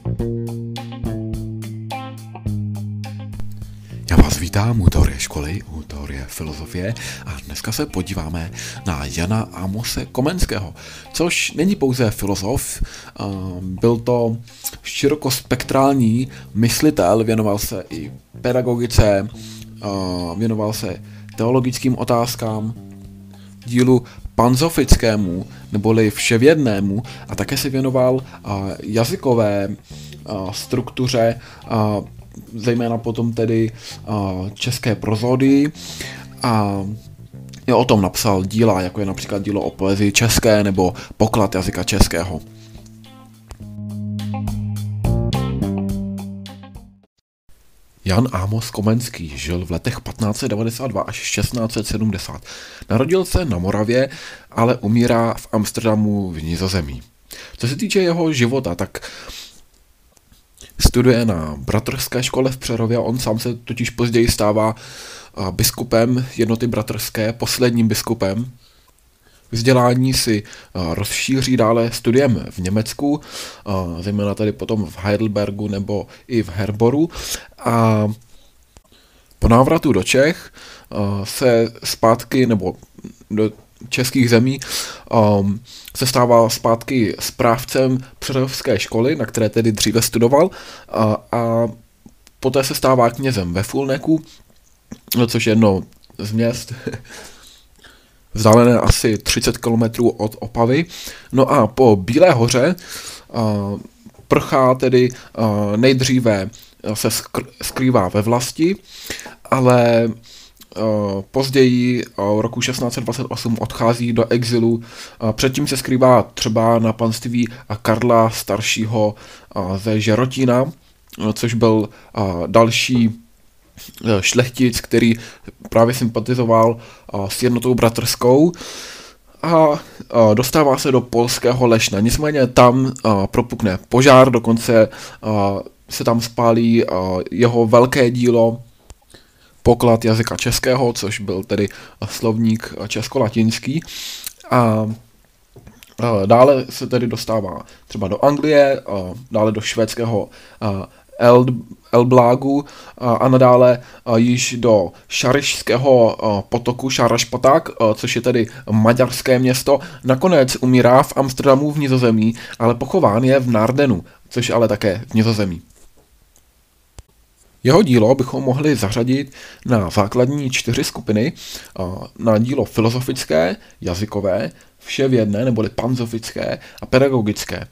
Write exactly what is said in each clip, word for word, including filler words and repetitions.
Já vás vítám u teorie školy, u teorie filozofie a dneska se podíváme na Jana Amose Komenského, což není pouze filozof, byl to širokospektrální myslitel, věnoval se i pedagogice, věnoval se teologickým otázkám, dílu panzofickému, neboli vševědnému, a také se věnoval jazykové struktuře, zejména potom tedy české prozodii, a o tom napsal díla, jako je například dílo o poezii české nebo Poklad jazyka českého. Jan Amos Komenský žil v letech patnáct set devadesát dva až šestnáct set sedmdesát. Narodil se na Moravě, ale umírá v Amsterdamu v Nizozemí. Co se týče jeho života, tak studuje na bratrské škole v Přerově, on sám se totiž později stává biskupem jednoty bratrské, posledním biskupem. Vzdělání si rozšíří dále studiem v Německu, zejména tady potom v Heidelbergu nebo i v Herboru, a po návratu do Čech se zpátky, nebo do českých zemí, se stává zpátky správcem přerovské školy, na které tedy dříve studoval, a, a poté se stává knězem ve Fulneku, což je jedno z měst vzdálené asi třicet kilometrů od Opavy. No a po Bílé hoře uh, prchá tedy uh, nejdříve se skr- skrývá ve vlasti, ale uh, později uh, roku šestnáct set dvacet osm odchází do exilu. Uh, předtím se skrývá třeba na panství Karla staršího uh, ze Žerotína, uh, což byl uh, další šlechtic, který právě sympatizoval s jednotou bratrskou, a dostává se do polského Lešna. Nicméně tam propukne požár, dokonce se tam spálí jeho velké dílo Poklad jazyka českého, což byl tedy slovník česko-latinský. A dále se tedy dostává třeba do Anglie, dále do švédského El, Elblágu a, a nadále a, již do Šarišského a, potoku Šarašpaták, a, což je tedy maďarské město. Nakonec umírá v Amsterdamu v Nizozemí, ale pochován je v Nardenu, což ale také v Nizozemí. Jeho dílo bychom mohli zařadit na základní čtyři skupiny, a, na dílo filozofické, jazykové, vševědné neboli panzofické a pedagogické.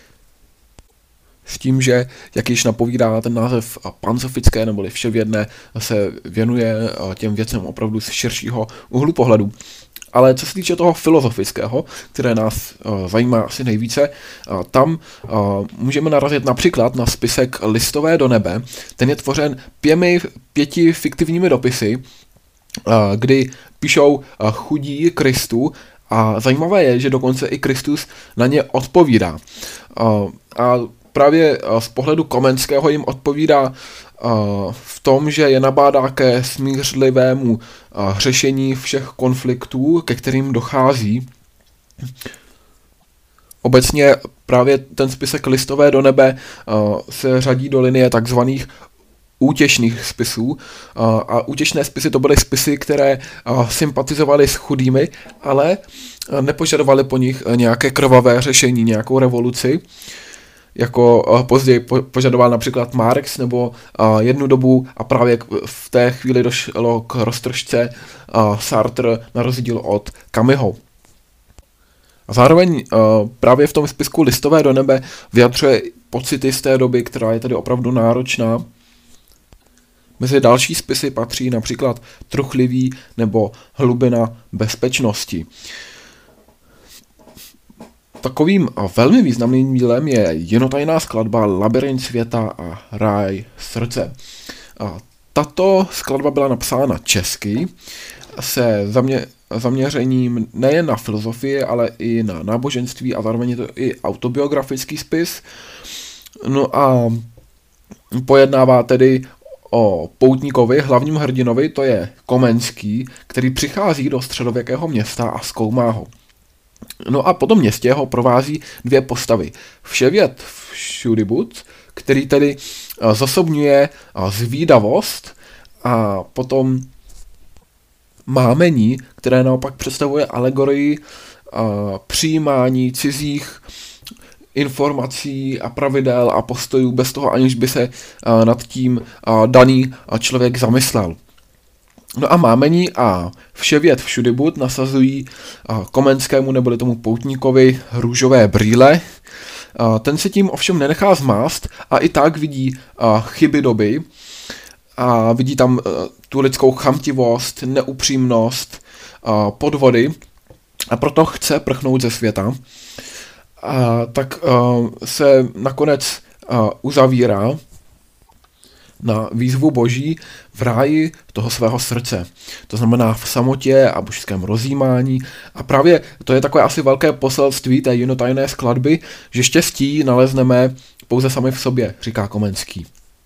S tím, že, jak již napovídá ten název panzofické neboli vševědné, se věnuje těm věcem opravdu z širšího úhlu pohledu. Ale co se týče toho filozofického, které nás uh, zajímá asi nejvíce, uh, tam uh, můžeme narazit například na spisek Listové do nebe. Ten je tvořen pěmi, pěti fiktivními dopisy, uh, kdy píšou uh, chudí Kristu, a zajímavé je, že dokonce i Kristus na ně odpovídá. Uh, a právě z pohledu Komenského jim odpovídá uh, v tom, že je nabádá ke smířlivému uh, řešení všech konfliktů, ke kterým dochází. Obecně právě ten spisek Listové do nebe uh, se řadí do linie takzvaných útěšných spisů. Uh, a útěšné spisy to byly spisy, které uh, sympatizovaly s chudými, ale uh, nepožadovaly po nich uh, nějaké krvavé řešení, nějakou revoluci, jako uh, později po, požadoval například Marx, nebo uh, jednu dobu, a právě k, v té chvíli došlo k roztržce uh, Sartre na rozdíl od Camusho. A zároveň uh, právě v tom spisku Listové do nebe vyjadřuje pocity z té doby, která je tedy opravdu náročná. Mezi další spisy patří například Truchlivý nebo Hlubina bezpečnosti. Takovým velmi významným dílem je jenotajná skladba Labyrint světa a ráj srdce. A tato skladba byla napsána česky se zamě- zaměřením nejen na filozofii, ale i na náboženství, a zároveň je to i autobiografický spis. No a pojednává tedy o poutníkovi, hlavním hrdinovi, to je Komenský, který přichází do středověkého města a zkoumá ho. No a po tom městě ho provází dvě postavy. Vševěd všudybuď, který tedy zosobňuje zvídavost, a potom mámení, které naopak představuje alegorii přijímání cizích informací a pravidel a postojů bez toho, aniž by se nad tím daný člověk zamyslel. No a mámení a vševěd všudybuď nasazují Komenskému neboli tomu poutníkovi růžové brýle. Ten se tím ovšem nenechá zmást a i tak vidí chyby doby a vidí tam tu lidskou chamtivost, neupřímnost, podvody a proto chce prchnout ze světa. A tak se nakonec uzavírá na výzvu Boží v ráji toho svého srdce. To znamená v samotě a božském rozjímání. A právě to je takové asi velké poselství té jinotajné skladby, že štěstí nalezneme pouze sami v sobě, říká Komenský.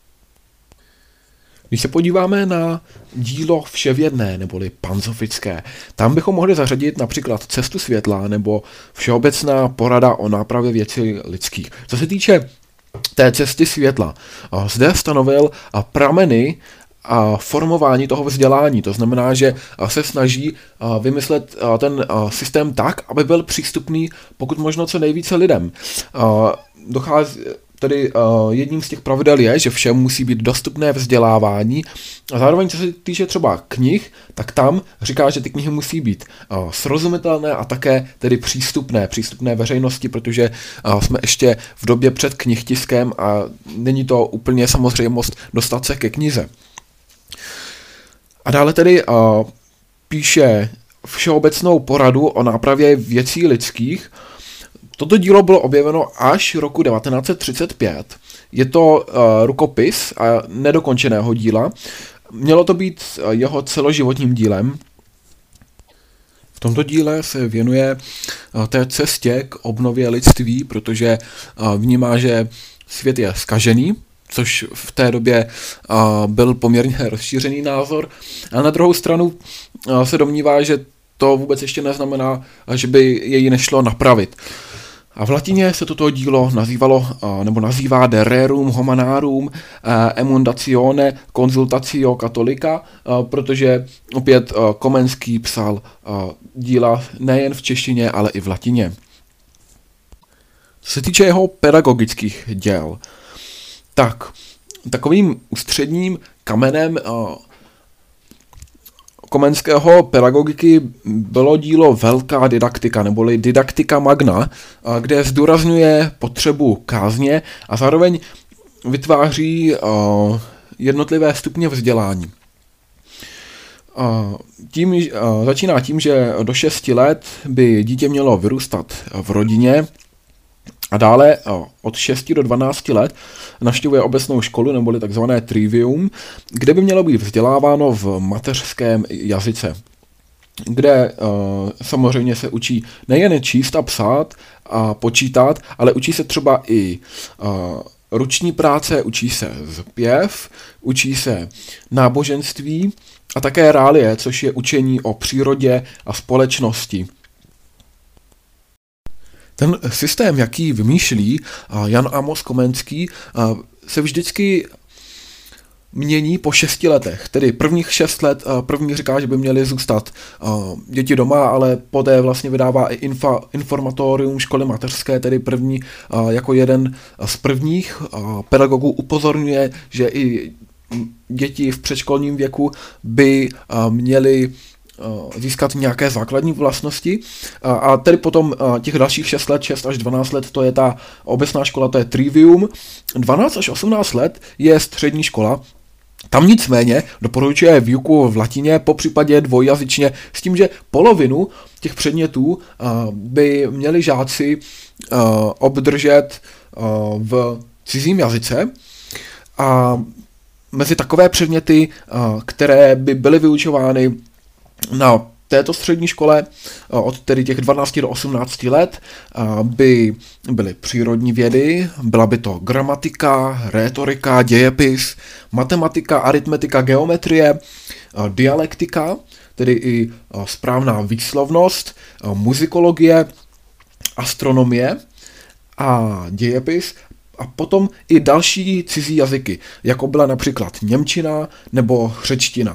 Když se podíváme na dílo vševědné neboli panzofické, tam bychom mohli zařadit například Cestu světla nebo Všeobecná porada o nápravě věcí lidských. Co se týče té cesty světla, zde stanovil prameny a formování toho vzdělání. To znamená, že se snaží vymyslet ten systém tak, aby byl přístupný pokud možno co nejvíce lidem. Dochází Tedy uh, jedním z těch pravidel je, že všem musí být dostupné vzdělávání a zároveň, co se týče třeba knih, tak tam říká, že ty knihy musí být uh, srozumitelné a také tedy přístupné, přístupné veřejnosti, protože uh, jsme ještě v době před knihtiskem a není to úplně samozřejmost dostat se ke knize. A dále tedy uh, píše Všeobecnou poradu o nápravě věcí lidských. Toto dílo bylo objeveno až roku devatenáct set třicet pět. Je to uh, rukopis a nedokončeného díla. Mělo to být uh, jeho celoživotním dílem. V tomto díle se věnuje uh, té cestě k obnově lidství, protože uh, vnímá, že svět je zkažený, což v té době uh, byl poměrně rozšířený názor. A na druhou stranu uh, se domnívá, že to vůbec ještě neznamená, že by jej nešlo napravit. A v latině se toto dílo nazývalo, nebo nazývá De Rerum Humanarum Emundatione Consultatio Catholica, protože opět Komenský psal díla nejen v češtině, ale i v latině. Co se týče jeho pedagogických děl, tak takovým ústředním kamenem Komenského pedagogiky bylo dílo Velká didaktika, neboli Didaktika Magna, kde zdůrazňuje potřebu kázně a zároveň vytváří jednotlivé stupně vzdělání. Tím, začíná tím, že do šesti let by dítě mělo vyrůstat v rodině a dále od šesti do dvanácti let navštěvuje obecnou školu, neboli takzvané trivium, kde by mělo být vzděláváno v mateřském jazyce, kde uh, samozřejmě se učí nejen číst a psát a počítat, ale učí se třeba i uh, ruční práce, učí se zpěv, učí se náboženství a také reálie, což je učení o přírodě a společnosti. Ten systém, jaký vymýšlí Jan Amos Komenský, se vždycky mění po šesti letech. Tedy prvních šest let, první říká, že by měly zůstat děti doma, ale poté vlastně vydává i infa, informatorium školy mateřské, tedy první jako jeden z prvních. Pedagogů upozorňuje, že i děti v předškolním věku by měly získat nějaké základní vlastnosti a tedy potom těch dalších šest let, šest až dvanáct let, to je ta obecná škola, to je trivium. dvanáct až osmnáct let je střední škola. Tam nicméně doporučuje výuku v latině, popřípadě dvojjazyčně, s tím, že polovinu těch předmětů by měli žáci obdržet v cizím jazyce a mezi takové předměty, které by byly vyučovány na této střední škole od tedy těch dvanácti do osmnácti let by byly přírodní vědy, byla by to gramatika, rétorika, dějepis, matematika, aritmetika, geometrie, dialektika, tedy i správná výslovnost, muzikologie, astronomie a dějepis. a potom i další cizí jazyky, jako byla například němčina nebo řečtina.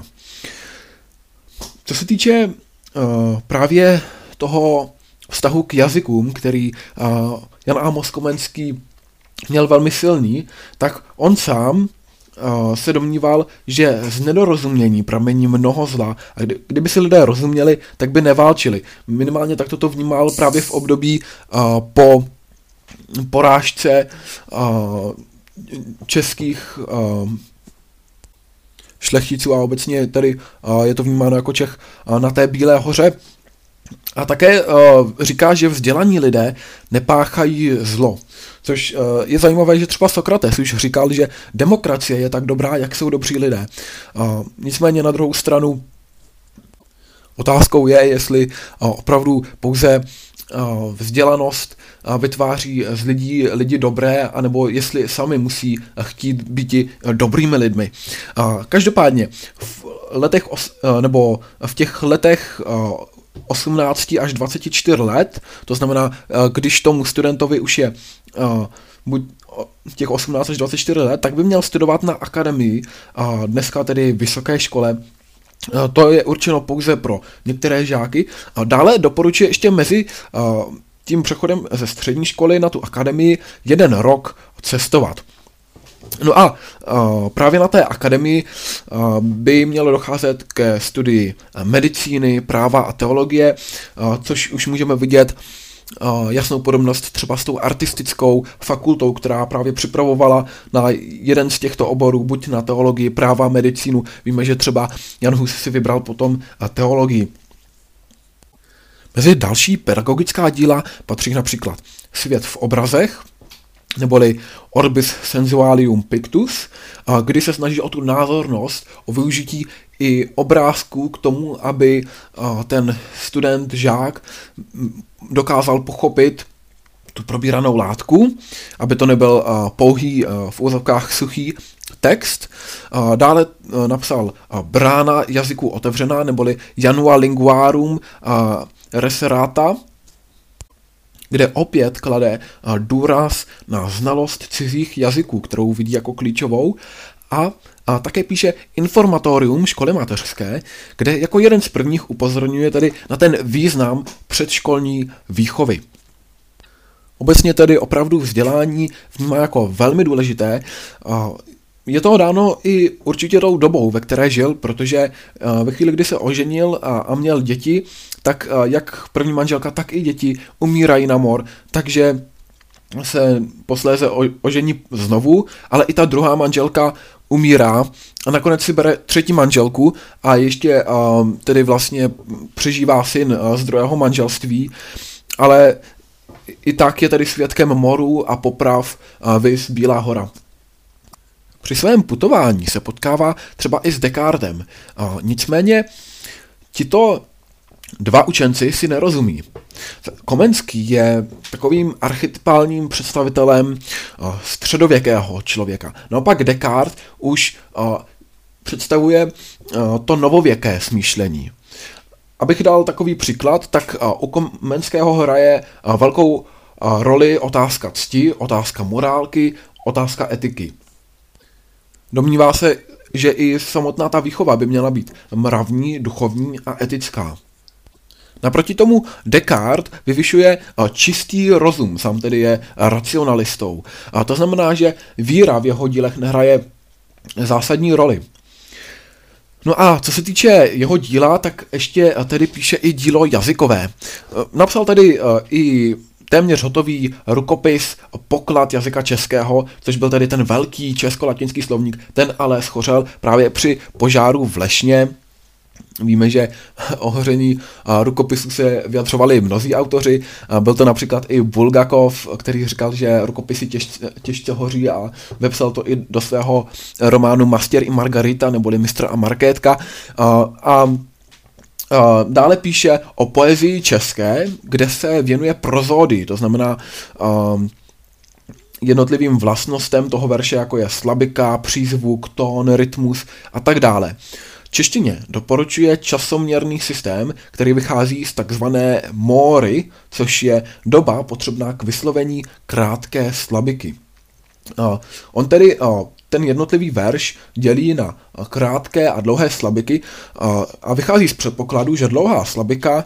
Co se týče uh, právě toho vztahu k jazykům, který uh, Jan Amos Komenský měl velmi silný, tak on sám uh, se domníval, že z nedorozumění pramení mnoho zla a kdy, kdyby si lidé rozuměli, tak by neválčili. Minimálně tak toto vnímal právě v období uh, po porážce uh, českých uh, šlechticů a obecně tady uh, je to vnímáno jako Čech uh, na té Bílé hoře. A také uh, říká, že vzdělaní lidé nepáchají zlo. Což uh, je zajímavé, že třeba Sokrates už říkal, že demokracie je tak dobrá, jak jsou dobří lidé. Uh, nicméně na druhou stranu otázkou je, jestli uh, opravdu pouze uh, vzdělanost uh, vytváří z lidí lidi dobré, anebo jestli sami musí chtít být uh, dobrými lidmi. Uh, každopádně v letech os, uh, nebo v těch letech uh, osmnáct až dvacet čtyři let, to znamená, když tomu studentovi už je uh, buď těch osmnáct až dvacet čtyři let, tak by měl studovat na akademii, uh, dneska tedy vysoké škole. Uh, to je určeno pouze pro některé žáky. Uh, dále doporučuje ještě mezi uh, tím přechodem ze střední školy na tu akademii jeden rok cestovat. No a uh, právě na té akademii uh, by mělo docházet ke studii medicíny, práva a teologie, uh, což už můžeme vidět uh, jasnou podobnost třeba s tou artistickou fakultou, která právě připravovala na jeden z těchto oborů, buď na teologii, práva, medicínu. Víme, že třeba Jan Hus si vybral potom uh, teologii. Mezi další pedagogická díla patří například Svět v obrazech, neboli Orbis Sensualium Pictus, kdy se snaží o tu názornost, o využití i obrázků k tomu, aby ten student, žák dokázal pochopit tu probíranou látku, aby to nebyl pouhý v úzovkách suchý text. Dále napsal Brána jazyků otevřená, neboli Janua Linguarum Reserata, kde opět klade důraz na znalost cizích jazyků, kterou vidí jako klíčovou, a, a také píše Informatorium školy mateřské, kde jako jeden z prvních upozorňuje tedy na ten význam předškolní výchovy. Obecně tedy opravdu vzdělání vnímá jako velmi důležité. Je to dáno i určitě tou dobou, ve které žil, protože ve chvíli, kdy se oženil a, a měl děti, tak jak první manželka, tak i děti umírají na mor, takže se posléze ožení znovu, ale i ta druhá manželka umírá a nakonec si bere třetí manželku a ještě tedy vlastně přežívá syn z druhého manželství, ale i tak je tedy svědkem morů a poprav viz Bílá hora. Při svém putování se potkává třeba i s Descartem. Nicméně tito dva učenci si nerozumí. Komenský je takovým archetypálním představitelem středověkého člověka. Naopak Descartes už představuje to novověké smýšlení. Abych dal takový příklad, tak u Komenského hraje velkou roli otázka cti, otázka morálky, otázka etiky. Domnívá se, že i samotná ta výchova by měla být mravní, duchovní a etická. Naproti tomu Descartes vyvyšuje čistý rozum, sám tedy je racionalistou. A to znamená, že víra v jeho dílech nehraje zásadní roli. No a co se týče jeho díla, tak ještě tedy píše i dílo jazykové. Napsal tedy i téměř hotový rukopis Poklad jazyka českého, což byl tedy ten velký česko-latinský slovník, ten ale schořel právě při požáru v Lešně. Víme, že o hoření rukopisů se vyjadřovali mnozí autoři. Byl to například i Bulgakov, který říkal, že rukopisy těžce, těžce hoří a vepsal to i do svého románu Mastěr i Margarita, neboli Mistr a Markétka. A, a dále píše o poezii české, kde se věnuje prozódii, to znamená um, jednotlivým vlastnostem toho verše, jako je slabika, přízvuk, tón, rytmus a tak dále. Češtině doporučuje časoměrný systém, který vychází z takzvané móry, což je doba potřebná k vyslovení krátké slabiky. On tedy ten jednotlivý verš dělí na krátké a dlouhé slabiky a vychází z předpokladu, že dlouhá slabika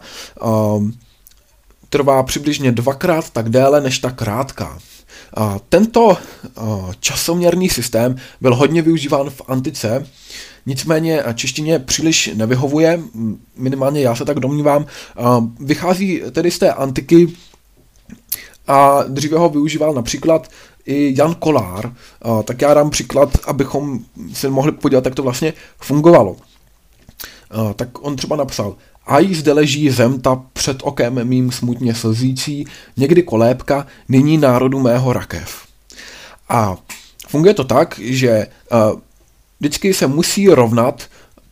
trvá přibližně dvakrát tak déle než ta krátká. Tento časoměrný systém byl hodně využíván v antice, nicméně češtině příliš nevyhovuje, minimálně já se tak domnívám. Vychází tedy z té antiky a dříve ho využíval například i Jan Kolár. Tak já dám příklad, abychom si mohli podívat, jak to vlastně fungovalo. Tak on třeba napsal: Aj zde leží zem ta před okem mým smutně slzící, někdy kolébka, nyní národu mého rakev. A funguje to tak, že uh, vždycky se musí rovnat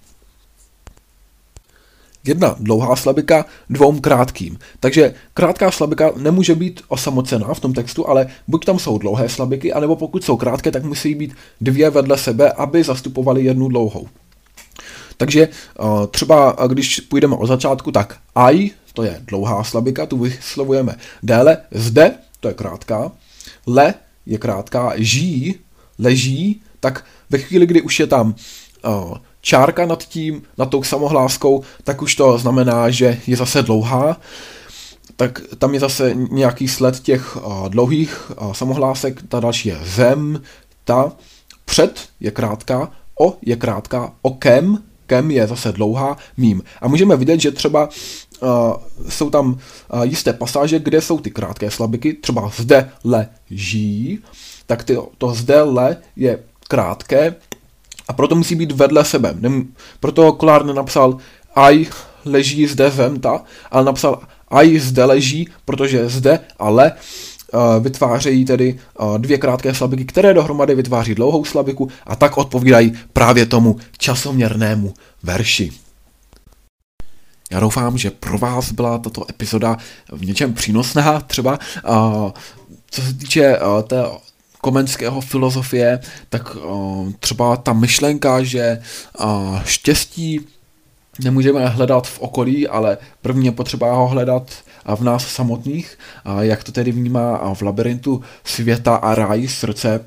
jedna dlouhá slabika dvou krátkým. Takže krátká slabika nemůže být osamocená v tom textu, ale buď tam jsou dlouhé slabiky, anebo pokud jsou krátké, tak musí být dvě vedle sebe, aby zastupovaly jednu dlouhou. Takže třeba když půjdeme od začátku, tak aj, to je dlouhá slabika, tu vyslovujeme déle, zde, to je krátká, le je krátká, ží, leží, tak ve chvíli, kdy už je tam čárka nad tím, nad tou samohláskou, tak už to znamená, že je zase dlouhá, tak tam je zase nějaký sled těch dlouhých samohlásek, ta další je zem, ta, před je krátká, o je krátká, okem, kem je zase dlouhá, mím. A můžeme vidět, že třeba uh, jsou tam uh, jisté pasáže, kde jsou ty krátké slabiky, třeba zde leží, tak ty, to zde le je krátké a proto musí být vedle sebe. Nem, proto Kolár nenapsal aj leží zde zemta, ale napsal aj zde leží, protože zde a le vytvářejí tedy dvě krátké slabiky, které dohromady vytváří dlouhou slabiku a tak odpovídají právě tomu časoměrnému verši. Já doufám, že pro vás byla tato epizoda v něčem přínosná, třeba co se týče té komenského filozofie, tak třeba ta myšlenka, že štěstí nemůžeme hledat v okolí, ale první je potřeba ho hledat v nás samotných, jak to tedy vnímá v labirintu světa a ráj srdce.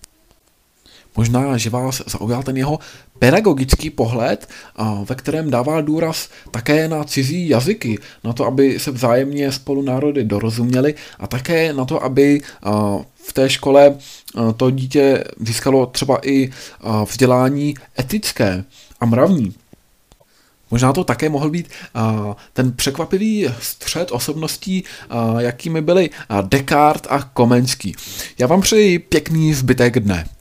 Možná, že vás zaujal ten jeho pedagogický pohled, ve kterém dává důraz také na cizí jazyky, na to, aby se vzájemně spolu národy dorozuměli a také na to, aby v té škole to dítě získalo třeba i vzdělání etické a mravní. Možná to také mohl být uh, ten překvapivý střet osobností, uh, jakými byli uh, Descartes a Komenský. Já vám přeji pěkný zbytek dne.